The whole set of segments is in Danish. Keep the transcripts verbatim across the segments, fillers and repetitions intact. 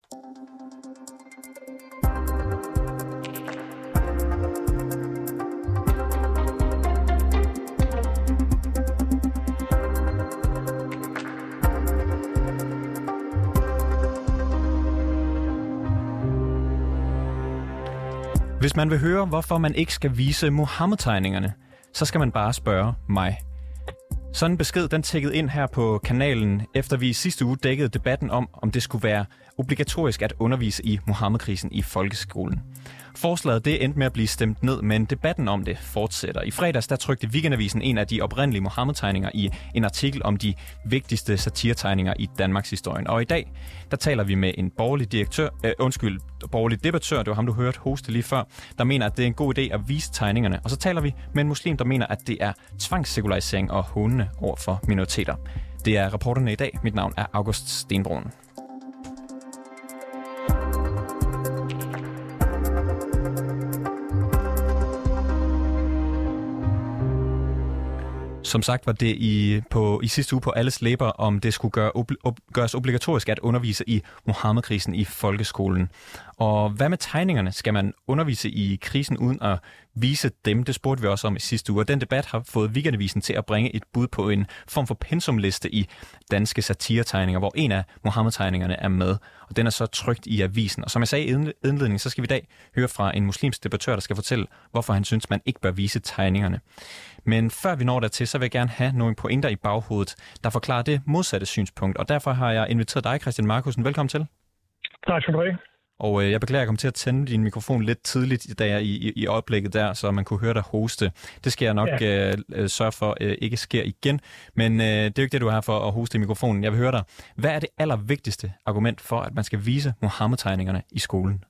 Hvis man vil høre, hvorfor man ikke skal vise Muhammed-tegningerne, så skal man bare spørge mig. Sådan en besked, den tækkede ind her på kanalen, efter vi i sidste uge dækkede debatten om, om det skulle være obligatorisk at undervise i Muhammed-krisen i folkeskolen. Forslaget det endte med at blive stemt ned, men debatten om det fortsætter. I fredags der trykte Weekendavisen en af de oprindelige Muhammed-tegninger i en artikel om de vigtigste satiretegninger i Danmarks historien. Og i dag, der taler vi med en borgerlig direktør, øh, undskyld, borgerlig debattør, det var ham du hørte hoste lige før, der mener, at det er en god idé at vise tegningerne. Og så taler vi med en muslim, der mener, at det er tvangssekularisering og hånende over for minoriteter. Det er reporterne i dag. Mit navn er August Stenbrun. Som sagt var det i, på, i sidste uge på alles læber, om det skulle gøre, ob, ob, gøres obligatorisk at undervise i Muhammed-krisen i folkeskolen. Og hvad med tegningerne? Skal man undervise i krisen uden at vise dem? Det spurgte vi også om i sidste uge. Og den debat har fået Weekendavisen til at bringe et bud på en form for pensumliste i danske satiretegninger, hvor en af Muhammed-tegningerne er med. Og den er så trykt i avisen. Og som jeg sagde i indledningen, så skal vi i dag høre fra en muslimsk debattør, der skal fortælle, hvorfor han synes, man ikke bør vise tegningerne. Men før vi når dertil, så vil jeg gerne have nogle pointer i baghovedet, der forklarer det modsatte synspunkt. Og derfor har jeg inviteret dig, Christian Markusen. Velkommen til. Tak skal du have. Og øh, jeg beklager, at jeg kom til at tænde din mikrofon lidt tidligt, da jeg i, i, i oplægget der, så man kunne høre dig hoste. Det skal jeg nok ja. øh, sørge for øh, ikke sker igen. Men øh, det er jo ikke det, du er her for at hoste i mikrofonen. Jeg vil høre dig. Hvad er det allervigtigste argument for, at man skal vise Muhammed-tegningerne i skolen?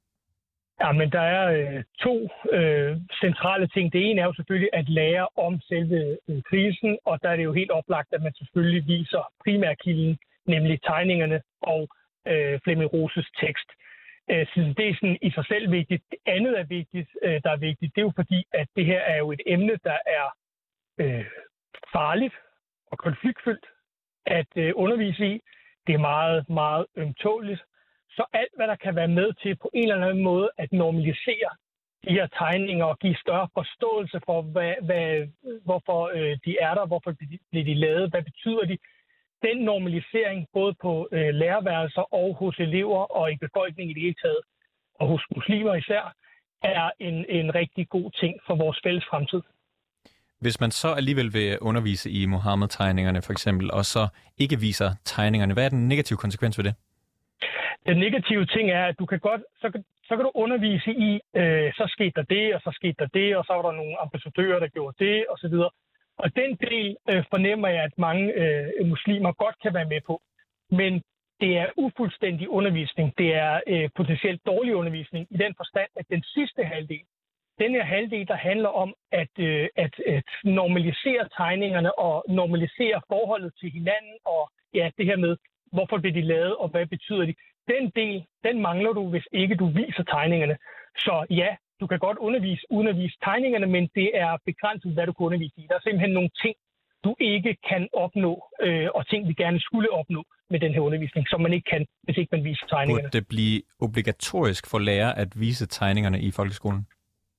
Ja, men der er øh, to øh, centrale ting. Det ene er jo selvfølgelig at lære om selve øh, krisen, og der er det jo helt oplagt, at man selvfølgelig viser primærkilden, nemlig tegningerne og øh, Flemming Roses tekst. Øh, så det er sådan i sig selv vigtigt. Det andet er vigtigt, øh, der er vigtigt, det er jo fordi, at det her er jo et emne, der er øh, farligt og konfliktfyldt at øh, undervise i. Det er meget, meget ømtåligt. Så alt, hvad der kan være med til på en eller anden måde at normalisere de her tegninger og give større forståelse for, hvad, hvad, hvorfor øh, de er der, hvorfor bliver de lavet, hvad betyder de. Den normalisering, både på øh, lærerværelser og hos elever og i befolkningen i det hele taget, og hos muslimer især, er en, en rigtig god ting for vores fælles fremtid. Hvis man så alligevel vil undervise i Muhammed-tegningerne for eksempel, og så ikke viser tegningerne, hvad er den negative konsekvens ved det? Den negative ting er, at du kan godt, så kan, så kan du undervise i, øh, så skete der det, og så skete der det, og så var der nogle ambassadører, der gjorde det, osv. Og den del øh, fornemmer jeg, at mange øh, muslimer godt kan være med på. Men det er ufuldstændig undervisning. Det er øh, potentielt dårlig undervisning i den forstand, at den sidste halvdel, den her halvdel, der handler om at, øh, at, at normalisere tegningerne og normalisere forholdet til hinanden, og ja, det her med, hvorfor bliver de lavet, og hvad betyder de. Den del, den mangler du, hvis ikke du viser tegningerne. Så ja, du kan godt undervise uden at vise tegningerne, men det er begrænset, hvad du kan undervise i. Der er simpelthen nogle ting, du ikke kan opnå, øh, og ting, vi gerne skulle opnå med den her undervisning, som man ikke kan, hvis ikke man viser tegningerne. Burde det blive obligatorisk for lærere at vise tegningerne i folkeskolen?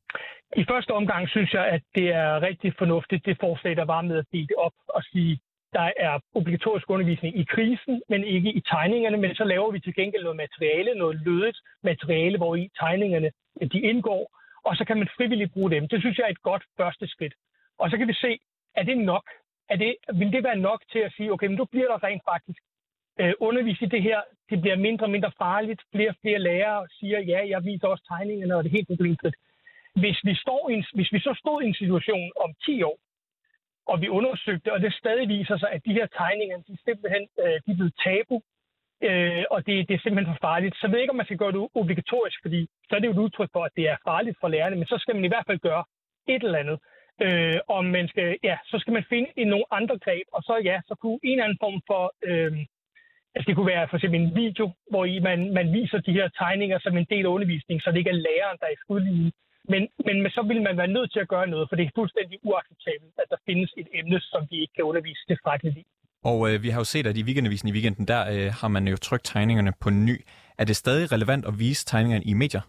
I første omgang synes jeg, at det er rigtig fornuftigt, det forslag, der var med at dele det op og sige, der er obligatorisk undervisning i krisen, men ikke i tegningerne, men så laver vi til gengæld noget materiale, noget lødigt materiale, hvor i tegningerne de indgår, og så kan man frivilligt bruge dem. Det synes jeg er et godt første skridt. Og så kan vi se, er det nok? Er det, vil det være nok til at sige, okay, men nu bliver der rent faktisk øh, undervist i det her, det bliver mindre og mindre farligt, flere og flere lærere siger, ja, jeg viser også tegningerne, og det er helt problemfrit. Hvis vi, står i en, hvis vi så stod i en situation om ti år, og vi undersøgte, og det stadig viser sig, at de her tegninger, de er simpelthen øh, de er blevet tabu, øh, og det, det er simpelthen for farligt. Så jeg ved ikke, om man skal gøre det obligatorisk, fordi så er det jo et udtryk for, at det er farligt for lærerne, men så skal man i hvert fald gøre et eller andet. Øh, og man skal, ja, så skal man finde i nogle andre greb, og så ja, så kunne en eller anden form for, øh, altså det kunne være for eksempel en video, hvor i man, man viser de her tegninger som en del af undervisningen, så det ikke er læreren, der er i skudlinjen. Men, men, men så vil man være nødt til at gøre noget, for det er fuldstændig uacceptabelt, at der findes et emne, som vi ikke kan undervise tilstrækkeligt i. Og øh, vi har jo set, at i Weekendavisen i weekenden, der øh, har man jo trykt tegningerne på ny. Er det stadig relevant at vise tegningerne i medier?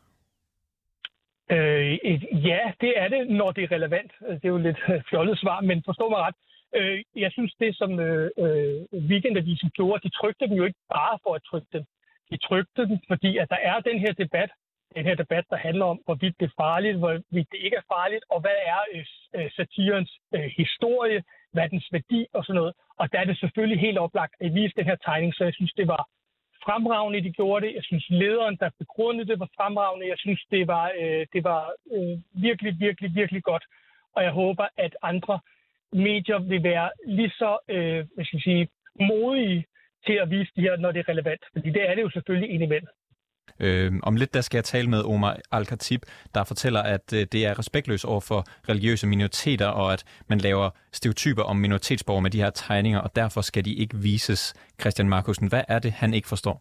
Øh, et, ja, det er det, når det er relevant. Det er jo lidt fjollet svar, men forstå mig ret. Øh, jeg synes, det som øh, øh, Weekendavisen gjorde, de trykte dem jo ikke bare for at trykke dem. De trykte dem, fordi at der er den her debat, den her debat, der handler om, hvorvidt det er farligt, hvorvidt det ikke er farligt, og hvad er øh, satirens øh, historie, hvad er dens værdi og sådan noget. Og der er det selvfølgelig helt oplagt at vise den her tegning, så jeg synes, det var fremragende, de gjorde det. Jeg synes, lederen, der begrundede det, var fremragende. Jeg synes, det var, øh, det var øh, virkelig, virkelig, virkelig godt. Og jeg håber, at andre medier vil være lige så øh, hvad skal jeg sige, modige til at vise det her, når det er relevant. Fordi det er det jo selvfølgelig indimellem. Øh, om lidt der skal jeg tale med Omar Al-Khatib, der fortæller, at øh, det er respektløst over for religiøse minoriteter, og at man laver stereotyper om minoritetsborgere med de her tegninger, og derfor skal de ikke vises. Christian Marcussen, hvad er det, han ikke forstår?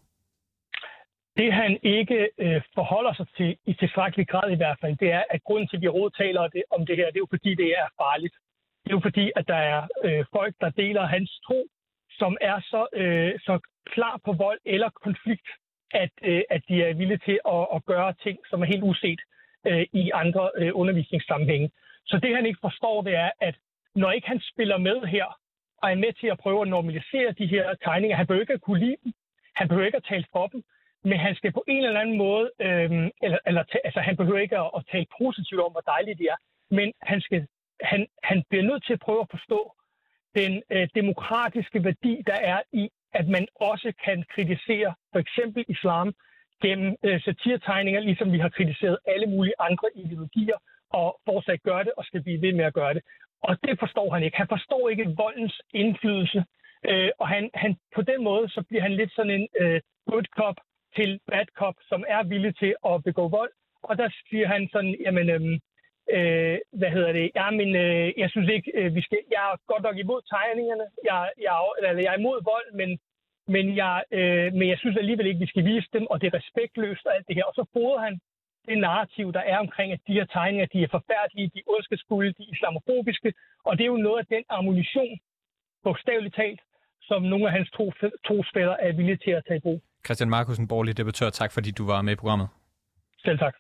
Det han ikke øh, forholder sig til, i tilstrækkelig grad i hvert fald, det er, at grunden til, at vi overhovedet taler det, om det her, det er jo fordi, det er farligt. Det er jo fordi, at der er øh, folk, der deler hans tro, som er så, øh, så klar på vold eller konflikt, at, øh, at de er villige til at, at gøre ting, som er helt uset øh, i andre øh, undervisningssammenhænge. Så det, han ikke forstår, det er, at når ikke han spiller med her, og er med til at prøve at normalisere de her tegninger, han behøver ikke at kunne lide dem, han behøver ikke at tale for dem, men han skal på en eller anden måde, øh, eller, eller altså han behøver ikke at, at tale positivt om, hvor dejligt det er, men han, skal, han, han bliver nødt til at prøve at forstå den øh, demokratiske værdi, der er i, at man også kan kritisere for eksempel islam gennem øh, satiretegninger, ligesom vi har kritiseret alle mulige andre ideologier, og fortsat gør det, og skal blive ved med at gøre det. Og det forstår han ikke. Han forstår ikke voldens indflydelse, øh, og han, han, på den måde, så bliver han lidt sådan en øh, good cop til bad cop, som er villig til at begå vold. Og der siger han sådan, jamen, øh, øh, hvad hedder det? Jamen, øh, jeg synes ikke, øh, vi skal, jeg er godt nok imod tegningerne, jeg, jeg, eller jeg er imod vold, men Men jeg, øh, men jeg synes alligevel ikke, vi skal vise dem, og det er respektløst og alt det her. Og så fodrer han det narrativ, der er omkring, at de her tegninger, de er forfærdelige, de er ondskabsfulde, de er islamofobiske. Og det er jo noget af den ammunition, bogstaveligt talt, som nogle af hans to, trosfæller er villige til at tage i brug. Christian Marcussen, borgerlig debattør, tak fordi du var med i programmet. Selv tak.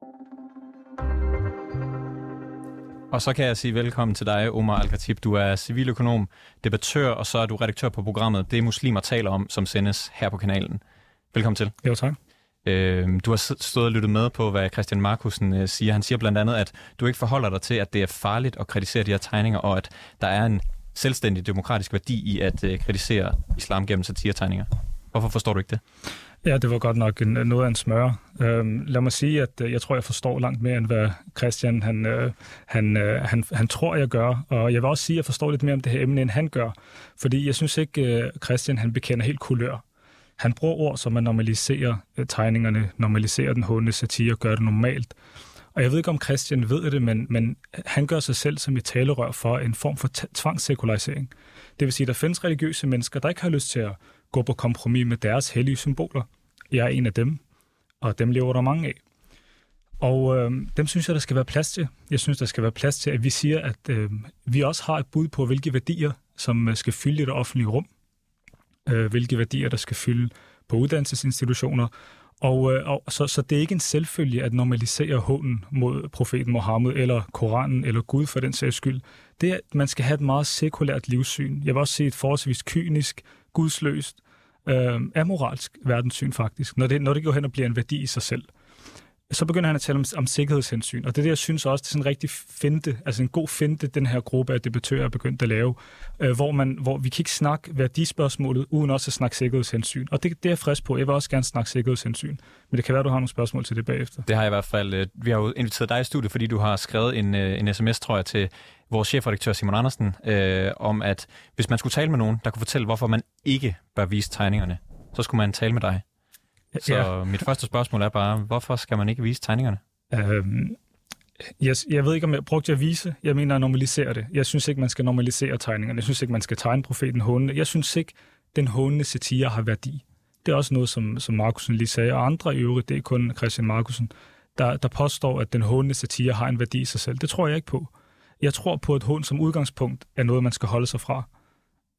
Og så kan jeg sige velkommen til dig, Omar Al-Khatib. Du er civiløkonom, debattør, og så er du redaktør på programmet Det Muslimer taler om, som sendes her på kanalen. Velkommen til. Jo, tak. Øh, du har stået og lyttet med på, hvad Christian Marcussen siger. Han siger blandt andet, at du ikke forholder dig til, at det er farligt at kritisere de her tegninger, og at der er en selvstændig demokratisk værdi i at uh, kritisere islam gennem satiretegninger. Hvorfor forstår du ikke det? Ja, det var godt nok en, noget af en smøre. Øhm, lad mig sige, at jeg tror, jeg forstår langt mere, end hvad Christian han, øh, han, øh, han, han tror, jeg gør. Og jeg vil også sige, at jeg forstår lidt mere om det her emne, end han gør. Fordi jeg synes ikke, øh, Christian han bekender helt kulør. Han bruger ord, som man normaliserer øh, tegningerne, normaliserer den håndende satire, gør det normalt. Og jeg ved ikke, om Christian ved det, men, men han gør sig selv som et talerør for en form for t- tvangssekularisering. Det vil sige, at der findes religiøse mennesker, der ikke har lyst til at gå på kompromis med deres hellige symboler. Jeg er en af dem, og dem lever der mange af. Og øh, dem synes jeg, der skal være plads til. Jeg synes, der skal være plads til, at vi siger, at øh, vi også har et bud på, hvilke værdier, som skal fylde i det offentlige rum. Øh, hvilke værdier, der skal fylde på uddannelsesinstitutioner. Og, øh, og så, så det er ikke en selvfølge at normalisere hånen mod profeten Mohammed, eller Koranen, eller Gud for den sags skyld. Det er, at man skal have et meget sekulært livssyn. Jeg vil også sige et forholdsvis kynisk, gudsløst, øh, amoralsk verdenssyn faktisk, når det, når det går hen og bliver en værdi i sig selv. Så begynder han at tale om, om sikkerhedshensyn, og det er det, jeg synes også, det er sådan en rigtig finte, altså en god finte, den her gruppe af debattører er begyndt at lave, øh, hvor, man, hvor vi kan ikke snakke værdispørgsmålet, uden også at snakke sikkerhedshensyn. Og det, det er jeg frisk på. Jeg vil også gerne snakke sikkerhedshensyn, men det kan være, du har nogle spørgsmål til det bagefter. Det har jeg i hvert fald. Vi har jo inviteret dig i studiet, fordi du har skrevet en, en sms, tror jeg, til vores chefredaktør Simon Andersen, øh, om at hvis man skulle tale med nogen, der kunne fortælle, hvorfor man ikke bør vise tegningerne, så skulle man tale med dig. Så ja. Mit første spørgsmål er bare, hvorfor skal man ikke vise tegningerne? Øhm, jeg, jeg ved ikke, om jeg brugte at vise. Jeg mener at normalisere det. Jeg synes ikke, man skal normalisere tegningerne. Jeg synes ikke, man skal tegne profeten hånende. Jeg synes ikke, den hånende satire har værdi. Det er også noget, som, som Marcussen lige sagde, og andre i øvrigt, det er kun Christian Marcussen, der, der påstår, at den hånende satire har en værdi i sig selv. Det tror jeg ikke på. Jeg tror på, at hån som udgangspunkt er noget, man skal holde sig fra.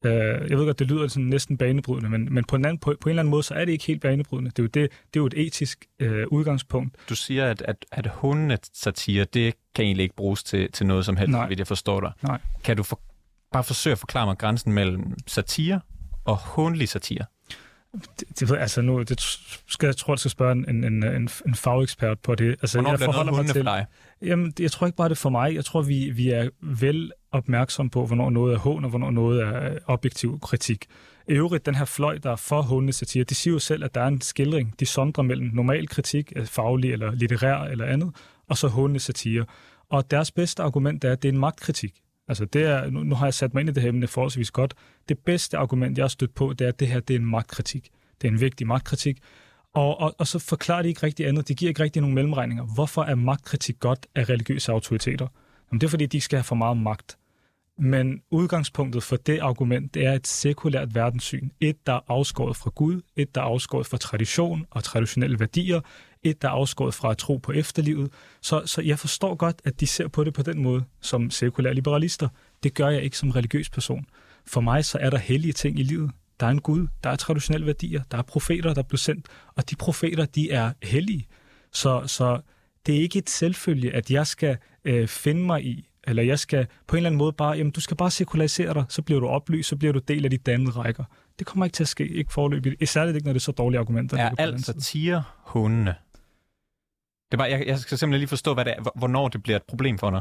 Uh, jeg ved godt, det lyder sådan næsten banebrydende, men, men på, en anden, på, på en eller anden måde, så er det ikke helt banebrydende. Det er jo, det, det er jo et etisk uh, udgangspunkt. Du siger, at, at, at hånende satire, det kan egentlig ikke bruges til, til noget som helst, Nej. hvis jeg forstår dig. Nej. Kan du for, bare forsøge at forklare mig grænsen mellem satire og hånlig satire? Det, det, altså nu, det skal, jeg tror, jeg skal spørge en, en, en, en fagekspert på det. Altså, Hvornår jeg bliver noget hånende for dig? Jamen, jeg tror ikke bare det er for mig. Jeg tror, vi, vi er vel opmærksom på, hvornår noget er hån, og hvornår noget er objektiv kritik. I øvrigt, den her fløj, der er for hånende satire, de siger jo selv, at der er en skildring. De sondrer mellem normal kritik, faglig eller litterær eller andet, og så hånende satire. Og deres bedste argument er, at det er en magtkritik. Altså det er, nu, nu har jeg sat mig ind i det her emne forholdsvis godt. Det bedste argument, jeg har stødt på, det er, at det her det er en magtkritik. Det er en vigtig magtkritik. Og, og, og så forklarer de ikke rigtig andet. De giver ikke rigtig nogen mellemregninger. Hvorfor er magtkritik godt af religiøse autoriteter? Jamen, det er, fordi de skal have for meget magt. Men udgangspunktet for det argument, det er et sekulært verdenssyn. Et, der er afskåret fra Gud. Et, der er afskåret fra tradition og traditionelle værdier. Et, der er afskåret fra at tro på efterlivet. Så, så jeg forstår godt, at de ser på det på den måde som sekulære liberalister. Det gør jeg ikke som religiøs person. For mig så er der hellige ting i livet. Der er en Gud, der er traditionelle værdier, der er profeter, der blev sendt, og de profeter, de er hellige. Så, så det er ikke et selvfølge, at jeg skal øh, finde mig i, eller jeg skal på en eller anden måde bare, jamen du skal bare sekularisere dig, så bliver du oplyst, så bliver du del af de dannede rækker. Det kommer ikke til at ske, ikke foreløbigt. Særligt ikke, når det er så dårlige argumenter. Er alt satire hånende? Det er bare, jeg, jeg skal simpelthen lige forstå, hvad det er, hvornår det bliver et problem for dig.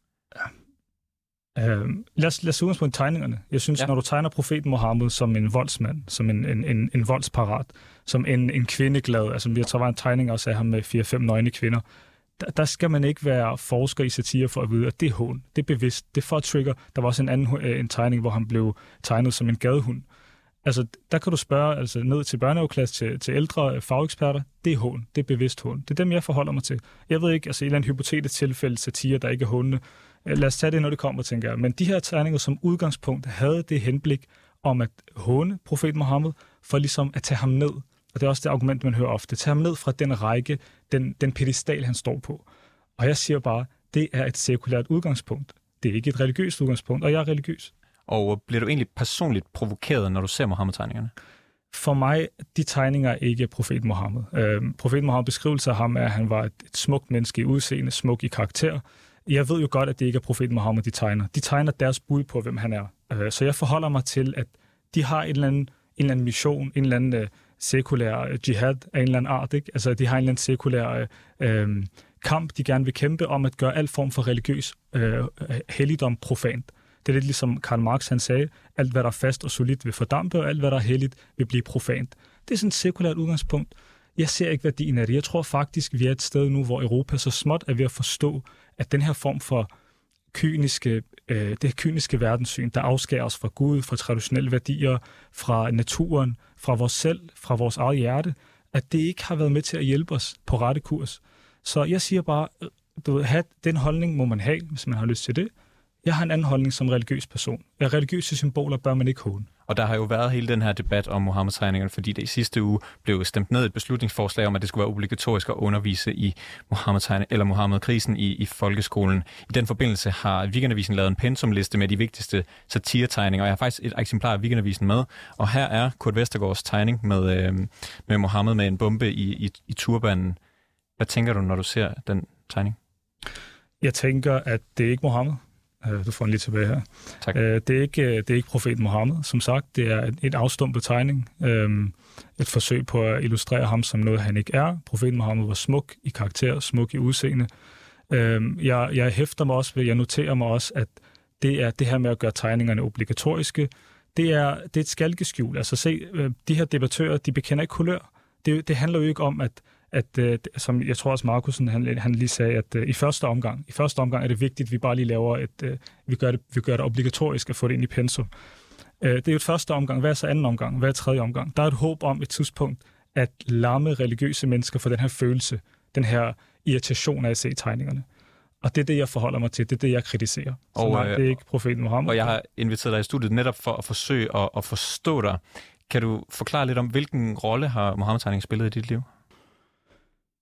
Uh, lad os, lad os udgangspunkt på tegningerne. Jeg synes, ja. Når du tegner profeten Mohammed som en voldsmand, som en, en, en, en voldsparat, som en, en kvindeglad, altså jeg tror, der var en tegning også af ham med fire-fem nøgne kvinder, der, der skal man ikke være forsker i satire for at vide, at det er hån. Det er bevidst. Det er for at trigger. Der var også en anden en tegning, hvor han blev tegnet som en gadehund. Altså, der kan du spørge altså, ned til børnehaveklasse, til, til ældre fageksperter. Det er hån. Det er bevidst hån. Det er dem, jeg forholder mig til. Jeg ved ikke, altså i et eller andet hypotetisk tilfælde satire, der ikke er hånende. Lad os tage det, når det kommer, tænker jeg. Men de her tegninger som udgangspunkt havde det henblik om at håne profeten Mohammed, for ligesom at tage ham ned. Og det er også det argument, man hører ofte. Tage ham ned fra den række, den, den pedestal, han står på. Og jeg siger bare, det er et sekulært udgangspunkt. Det er ikke et religiøst udgangspunkt, og jeg er religiøs. Og bliver du egentlig personligt provokeret, når du ser Mohammed-tegningerne? For mig, de tegninger er ikke profeten Mohammed. Øhm, profeten Mohammeds beskrivelse af ham er, at han var et, et smukt menneske i udseende, smuk i karakter. Jeg ved jo godt, at det ikke er profeten Mohammed, de tegner. De tegner deres bud på, hvem han er. Øh, så jeg forholder mig til, at de har en eller anden, en eller anden mission, en eller anden uh, sekulær uh, jihad af en eller anden art. Ikke? Altså, de har en eller anden sekulær uh, uh, kamp, de gerne vil kæmpe om at gøre al form for religiøs uh, helligdom profant. Det er lidt ligesom Karl Marx, han sagde, alt hvad der er fast og solidt vil fordampe, og alt hvad der er helligt vil blive profant. Det er sådan et sekulært udgangspunkt. Jeg ser ikke værdien af det. Jeg tror faktisk, vi er et sted nu, hvor Europa så småt er ved at forstå, at den her form for kyniske, øh, det kyniske verdenssyn, der afskærer os fra Gud, fra traditionelle værdier, fra naturen, fra vores selv, fra vores eget hjerte, at det ikke har været med til at hjælpe os på rette kurs. Så jeg siger bare, du ved, have den holdning må man have, hvis man har lyst til det. Jeg har en anden holdning som religiøs person. Religiøse symboler bør man ikke håne. Og der har jo været hele den her debat om Mohammed-tegningerne, fordi det i sidste uge blev stemt ned et beslutningsforslag om, at det skulle være obligatorisk at undervise i Mohammed-tegning eller Mohammed-krisen i, i folkeskolen. I den forbindelse har Weekendavisen lavet en pensumliste med de vigtigste satiretegninger, og jeg har faktisk et eksemplar af Weekendavisen med. Og her er Kurt Vestergaards tegning med, øh, med Mohammed med en bombe i, i, i turbanen. Hvad tænker du, når du ser den tegning? Jeg tænker, at det er ikke Mohammed. Du får den lige tilbage her. Tak. Det er ikke, det er ikke profeten Mohammed, som sagt. Det er et afstumpet tegning. Et forsøg på at illustrere ham som noget, han ikke er. Profeten Mohammed var smuk i karakter, smuk i udseende. Jeg, jeg hæfter mig også ved, jeg noterer mig også, at det er det her med at gøre tegningerne obligatoriske. Det er, det er et skalkeskjul. Altså se, de her debattører, de bekender ikke kulør. Det, det handler jo ikke om, at at, øh, som jeg tror også Markusen, han, han lige sagde, at øh, i første omgang, i første omgang er det vigtigt, at vi bare lige laver et, øh, vi, gør det, vi gør det obligatorisk at få det ind i pensum. Øh, det er jo et første omgang. Hvad er så anden omgang? Hvad er tredje omgang? Der er et håb om et tidspunkt at lamme religiøse mennesker for den her følelse, den her irritation af at se tegningerne. Og det er det, jeg forholder mig til. Det er det, jeg kritiserer. Så og, nej, det er ikke profeten Mohammed. Og jeg har inviteret dig i studiet netop for at forsøge at, at forstå dig. Kan du forklare lidt om, hvilken rolle har Mohammed-tegningen spillet i dit liv?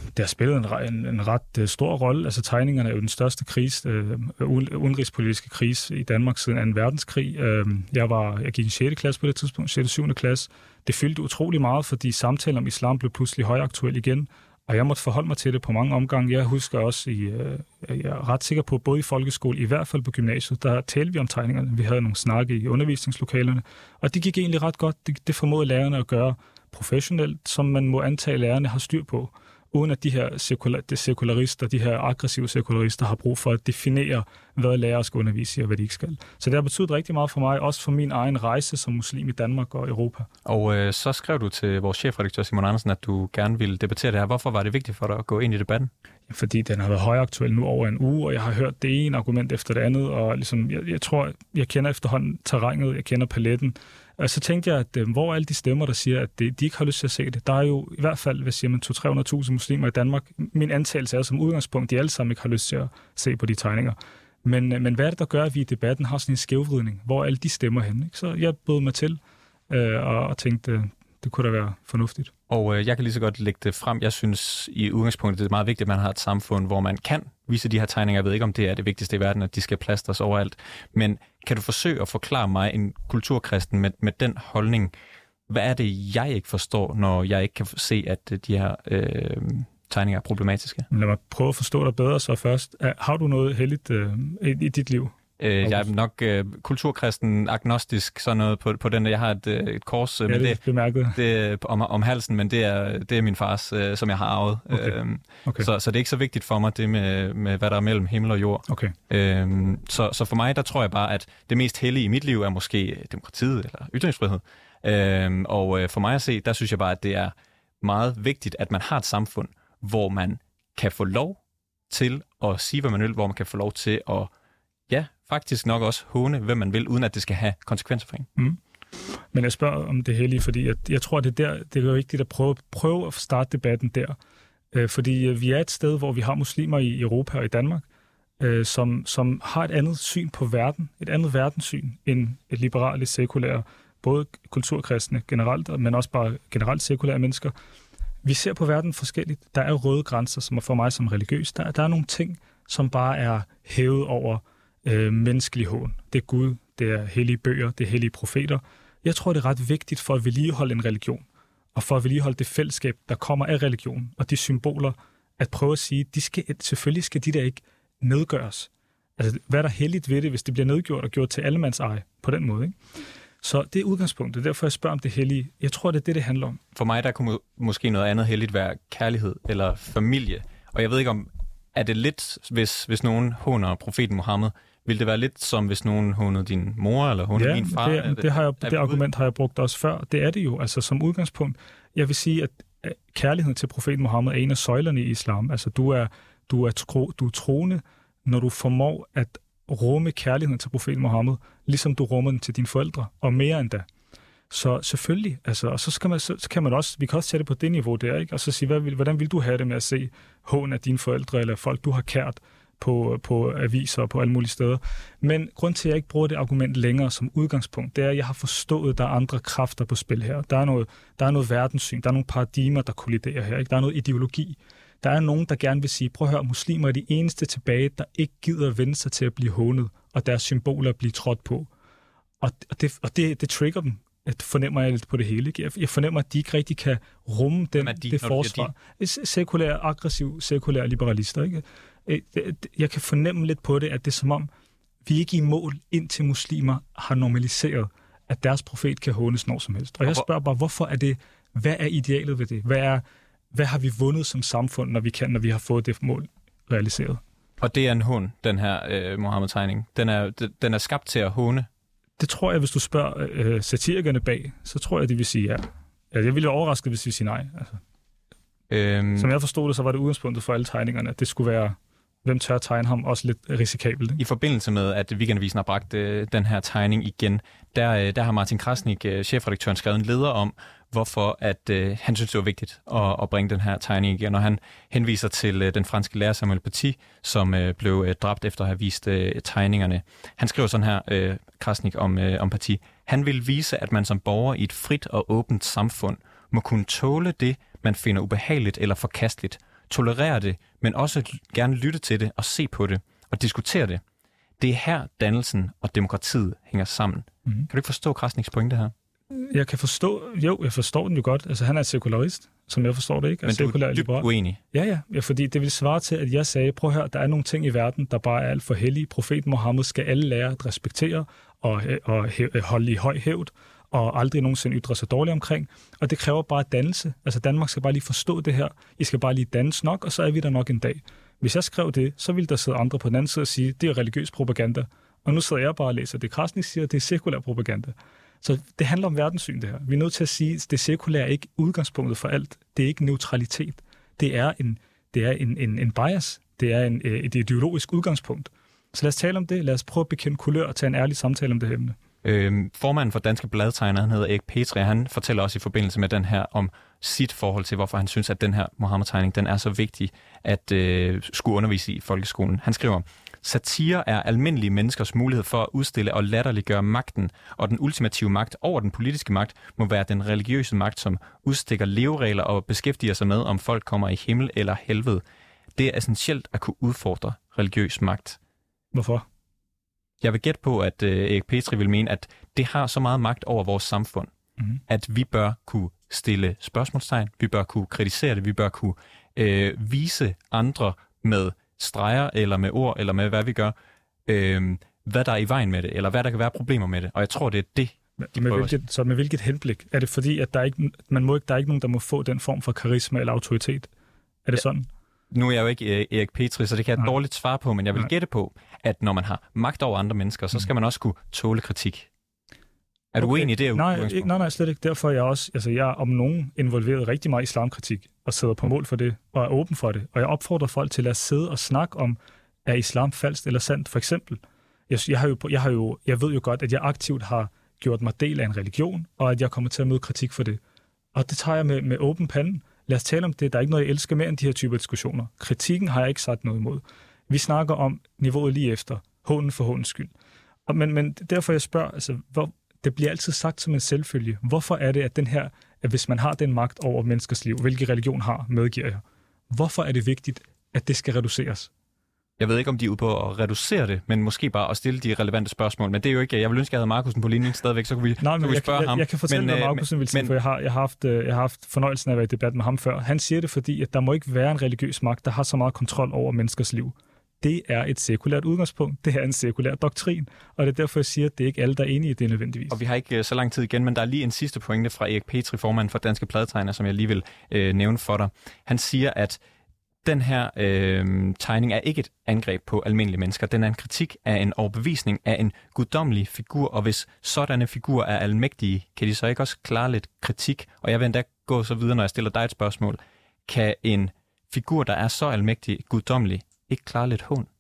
det har spillet en, en, en ret uh, stor rolle. Altså tegningerne er jo den største krise, uh, udenrigspolitiske krise i Danmark siden anden verdenskrig. Uh, jeg, var, jeg gik i sjette klasse på det tidspunkt, sjette syvende klasse. Det fyldte utrolig meget, fordi samtalen om islam blev pludselig højaktuel igen. Og jeg måtte forholde mig til det på mange omgange. Jeg husker også, i, uh, jeg er ret sikker på, både i folkeskole, i hvert fald på gymnasiet, der talte vi om tegningerne. Vi havde nogle snakke i undervisningslokalerne, og det gik egentlig ret godt. Det, det formåede lærerne at gøre professionelt, som man må antage, at lærerne har styr på, uden at de her sekular, de sekularister, de her aggressive sekularister, har brug for at definere, hvad lærere skal undervise i, og hvad de ikke skal. Så det har betydet rigtig meget for mig, også for min egen rejse som muslim i Danmark og Europa. Og øh, så skrev du til vores chefredaktør Simon Andersen, at du gerne ville debattere det her. Hvorfor var det vigtigt for dig at gå ind i debatten? Fordi den har været højaktuel nu over en uge, og jeg har hørt det ene argument efter det andet, og ligesom, jeg, jeg tror, jeg kender efterhånden terrænet, jeg kender paletten. Og så tænkte jeg, at øh, hvor er alle de stemmer, der siger, at de, de ikke har lyst til at se det? Der er jo i hvert fald, hvad siger man, to til tre hundrede tusind muslimer i Danmark. Min antagelse er som udgangspunkt, de alle sammen ikke har lyst til at se på de tegninger. Men, øh, men hvad er det, der gør, at vi i debatten har sådan en skævvridning? Hvor er alle de stemmer henne? Ikke? Så jeg bød mig til øh, og, og tænkte, øh, det kunne da være fornuftigt. Og øh, jeg kan lige så godt lægge det frem. Jeg synes i udgangspunktet, det er meget vigtigt, at man har et samfund, hvor man kan vise de her tegninger. Jeg ved ikke, om det er det vigtigste i verden, at de skal plastres overalt. Men kan du forsøge at forklare mig, en kulturkristen med, med den holdning, hvad er det, jeg ikke forstår, når jeg ikke kan se, at de her øh, tegninger er problematiske? Lad mig prøve at forstå dig bedre så først. Har du noget helligt øh, i, i dit liv? Øh, jeg er nok øh, kulturkristen, agnostisk, sådan noget på, på den. Jeg har et, øh, et kors øh, ja, men det, det, det, om, om halsen, men det er, det er min fars, øh, som jeg har arvet. Okay. Øhm, okay. Så, så det er ikke så vigtigt for mig, det med, med hvad der er mellem himmel og jord. Okay. Øhm, så, så for mig, der tror jeg bare, at det mest hellige i mit liv er måske demokratiet eller ytringsfrihed. Øhm, og øh, for mig at se, der synes jeg bare, at det er meget vigtigt, at man har et samfund, hvor man kan få lov til at sige, hvad man vil, hvor man kan få lov til at ja, faktisk nok også håne, hvem man vil, uden at det skal have konsekvenser for en. Mm. Men jeg spørger om det hellige, fordi jeg, jeg tror, det er, der, det er vigtigt at prøve, prøve at starte debatten der. Øh, fordi vi er et sted, hvor vi har muslimer i Europa og i Danmark, øh, som, som har et andet syn på verden, et andet verdenssyn end et liberalt, sekulære, både kulturkristne generelt, men også bare generelt sekulære mennesker. Vi ser på verden forskelligt. Der er røde grænser, som er for mig som religiøs. Der, der er nogle ting, som bare er hævet over øh, menneskelig hån. Det er Gud, det er hellige bøger, det er hellige profeter. Jeg tror, det er ret vigtigt for at vedligeholde en religion, og for at vedligeholde det fællesskab, der kommer af religion, og de symboler, at prøve at sige, de skal, selvfølgelig skal de der ikke nedgøres. Altså, hvad er der helligt ved det, hvis det bliver nedgjort og gjort til allemands eje på den måde, ikke? Så det er udgangspunktet. Derfor jeg spørger om det hellige. Jeg tror, det er det, det handler om. For mig, der kunne måske noget andet helligt være kærlighed eller familie. Og jeg ved ikke om, er det lidt, hvis, hvis nogen håner profeten Muhammed, vil det være lidt som, hvis nogen hånede din mor eller hånede ja, min far? Det, det, det, har jeg, det argument har jeg brugt også før. Det er det jo. Altså som udgangspunkt. Jeg vil sige, at kærligheden til profeten Muhammed er en af søjlerne i islam. Altså du er, du er, tro, du er troende, når du formår at rumme kærligheden til profeten Muhammed, ligesom du rummer den til dine forældre, og mere end da. Så selvfølgelig, altså, og så, skal man, så, så kan man også, vi kan også sætte det på det niveau der, ikke? Og så sige, hvad vil, hvordan vil du have det med at se hån af dine forældre, eller folk, du har kært på, på aviser og på alle mulige steder. Men grund til, at jeg ikke bruger det argument længere som udgangspunkt, det er, at jeg har forstået, at der er andre kræfter på spil her. Der er noget, der er noget verdenssyn, der er nogle paradigmer, der kolliderer her, ikke? Der er noget ideologi. Der er nogen, der gerne vil sige, prøv at høre, muslimer er de eneste tilbage, der ikke gider vende sig til at blive hånet, og deres symboler bliver trådt på. Og det, og det, det trigger dem. Det fornemmer jeg lidt på det hele. Ikke? Jeg fornemmer, at de ikke rigtig kan rumme den, de, det forsvar. De? Sekulære, aggressiv, sekulære liberalister. Ikke? Jeg kan fornemme lidt på det, at det er som om, vi ikke er i mål, indtil muslimer har normaliseret, at deres profet kan hånes når som helst. Og jeg spørger bare, hvorfor er det, hvad er idealet ved det? Hvad er Hvad har vi vundet som samfund, når vi kan, når vi har fået det mål realiseret? Og det er en hån, den her øh, Muhammed-tegning. Den er, den er skabt til at håne. Det tror jeg, hvis du spørger øh, satirikerne bag, så tror jeg, de vil sige ja. Ja, jeg ville være overrasket, hvis vi siger nej. Altså. Øhm... Som jeg forstod det, så var det udgangspunktet for alle tegningerne, at det skulle være, hvem tør tegne ham, også lidt risikabelt. Ikke? I forbindelse med, at Weekendavisen har bragt øh, den her tegning igen, der, øh, der har Martin Krasnik, øh, chefredaktøren, skrevet en leder om, hvorfor at, øh, han synes, det var vigtigt at, at bringe den her tegning igen. Og han henviser til øh, den franske lærer Samuel Paty, som øh, blev øh, dræbt efter at have vist øh, tegningerne. Han skriver sådan her, øh, Krasnik, om, øh, om Paty. Han vil vise, at man som borger i et frit og åbent samfund må kunne tåle det, man finder ubehageligt eller forkasteligt. tolerere det, men også gerne lytte til det og se på det og diskutere det. Det er her dannelsen og demokratiet hænger sammen. Mm. Kan du ikke forstå Krasniks pointe her? Jeg kan forstå, jo, jeg forstår den jo godt. Altså, han er sekularist, som jeg forstår det, ikke? Men du er dybt uenig. Ja, ja, ja, fordi det vil svare til, at jeg sagde, prøv at høre, der er nogle ting i verden, der bare er alt for hellige. Profeten Mohammed skal alle lære at respektere og, og holde i høj hævd, og aldrig nogensinde ytre sig dårligt omkring. Og det kræver bare dannelse. Altså, Danmark skal bare lige forstå det her. I skal bare lige dannes nok, og så er vi der nok en dag. Hvis jeg skrev det, så ville der sidde andre på den anden side og sige, det er religiøs propaganda. Og nu sidder jeg bare og læser det. Krasnik siger, det er sekulær propaganda. Så det handler om verdenssyn, det her. Vi er nødt til at sige, at det sekulære er ikke udgangspunktet for alt. Det er ikke neutralitet. Det er en, det er en, en, en bias. Det er en, et ideologisk udgangspunkt. Så lad os tale om det. Lad os prøve at bekende kulør og tage en ærlig samtale om det her emne. Øhm, formanden for Danske Bladtegnere, han hedder Erik Petri, han fortæller også i forbindelse med den her om sit forhold til, hvorfor han synes, at den her Mohammed-tegning, den er så vigtig at øh, skulle undervise i folkeskolen. Han skriver, satire er almindelige menneskers mulighed for at udstille og latterliggøre magten, og den ultimative magt over den politiske magt må være den religiøse magt, som udstikker leveregler og beskæftiger sig med, om folk kommer i himmel eller helvede. Det er essentielt at kunne udfordre religiøs magt. Hvorfor? Jeg vil gætte på, at øh, Erik Petri vil mene, at det har så meget magt over vores samfund, mm-hmm. at vi bør kunne stille spørgsmålstegn, vi bør kunne kritisere det, vi bør kunne øh, vise andre med streger eller med ord eller med hvad vi gør, øh, hvad der er i vejen med det, eller hvad der kan være problemer med det. Og jeg tror, det er det, de med hvilket, Så med hvilket henblik? Er det fordi, at der er ikke, man må ikke, der er ikke nogen, der må få den form for karisma eller autoritet? Er det ja. sådan? Nu er jeg jo ikke Erik Petri, så det kan jeg Nej. dårligt svare på, men jeg vil Nej. gætte på, at når man har magt over andre mennesker, så skal man også kunne tåle kritik. Er du okay. uenig i det? Nej, ikke, nej, nej, slet ikke. Derfor er jeg også, altså jeg er om nogen involveret rigtig meget i islamkritik, og sidder på mål for det, og er åben for det. Og jeg opfordrer folk til at sidde og snakke om, er islam falsk eller sandt, for eksempel. Jeg, jeg, har jo, jeg, har jo, jeg ved jo godt, at jeg aktivt har gjort mig del af en religion, og at jeg kommer til at møde kritik for det. Og det tager jeg med, med åben pande. Lad os tale om det. Der er ikke noget, jeg elsker mere end de her typer diskussioner. Kritikken har jeg ikke sagt noget imod. Vi snakker om niveauet lige efter. Hånden for håndens skyld. Og, men, men derfor jeg spørger, altså, hvor, det bliver altid sagt som en selvfølge. Hvorfor er det, at den her, at hvis man har den magt over menneskers liv, hvilken religion har, medgiver jeg, hvorfor er det vigtigt, at det skal reduceres? Jeg ved ikke, om de er ude på at reducere det, men måske bare at stille de relevante spørgsmål. Men det er jo ikke, jeg vil ønske, at jeg havde Markusen på linjen stadigvæk, så kunne vi, Nej, men kunne vi jeg, spørge jeg, ham. Jeg kan fortælle, men, hvad Markusen vil sige, men, for jeg har, jeg, har haft, jeg har haft fornøjelsen af at være i debat med ham før. Han siger det, fordi at der må ikke være en religiøs magt, der har så meget kontrol over menneskers liv. Det er et sekulært udgangspunkt. Det er en sekulær doktrin. Og det er derfor, jeg siger, at det er ikke alle, der er enige i det nødvendigvis. Og vi har ikke så lang tid igen, men der er lige en sidste pointe fra Erik Petri, formanden for Danske Bladtegnere, som jeg lige vil øh, nævne for dig. Han siger, at den her øh, tegning er ikke et angreb på almindelige mennesker. Den er en kritik af en overbevisning af en guddommelig figur, og hvis sådanne figurer er almægtige, kan de så ikke også klare lidt kritik? Og jeg vil endda gå så videre, når jeg stiller dig et spørgsmål. Kan en figur, der er så almægtig, guddommelig, ikke klare lidt hån?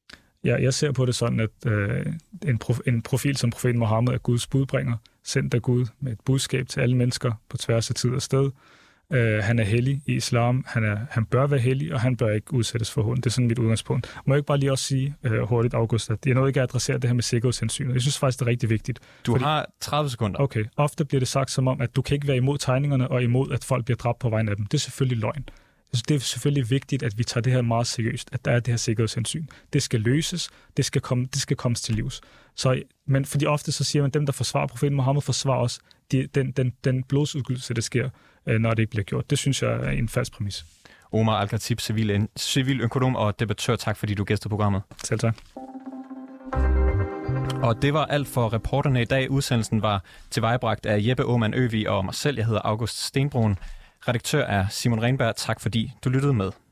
Ja, jeg ser på det sådan, at øh, en, prof- en profil som profeten Mohammed er Guds budbringer, sendt af Gud med et budskab til alle mennesker på tværs af tid og sted. Uh, han er hellig i islam, han, er, han bør være hellig, og han bør ikke udsættes for hån. Det er sådan mit udgangspunkt. Må jeg ikke bare lige også sige uh, hurtigt, August, at jeg nåede ikke at adressere det her med sikkerhedshensyn. Jeg synes faktisk, det er rigtig vigtigt. Du fordi, har tredive sekunder. Okay. Ofte bliver det sagt som om, at du kan ikke være imod tegningerne og imod, at folk bliver dræbt på vejen af dem. Det er selvfølgelig løgn. Det er selvfølgelig vigtigt, at vi tager det her meget seriøst, at der er det her sikkerhedshensyn. Det skal løses, det skal, komme, det skal kommes til livs. Så, men fordi ofte så siger man, at dem, der forsvarer profeten Mohammed, forsvarer også de, den, den, den blodsudgydelse, der sker, når det ikke bliver gjort. Det synes jeg er en falsk præmis. Omar Al-Khatib, civil, civil økonom og debattør. Tak fordi du gæstede programmet. Selv tak. Og det var alt for reporterne i dag. Udsendelsen var tilvejebragt af Jeppe Aumann Øvig og mig selv. Jeg hedder August Stenbrun. Redaktør er Simon Renberg. Tak fordi du lyttede med.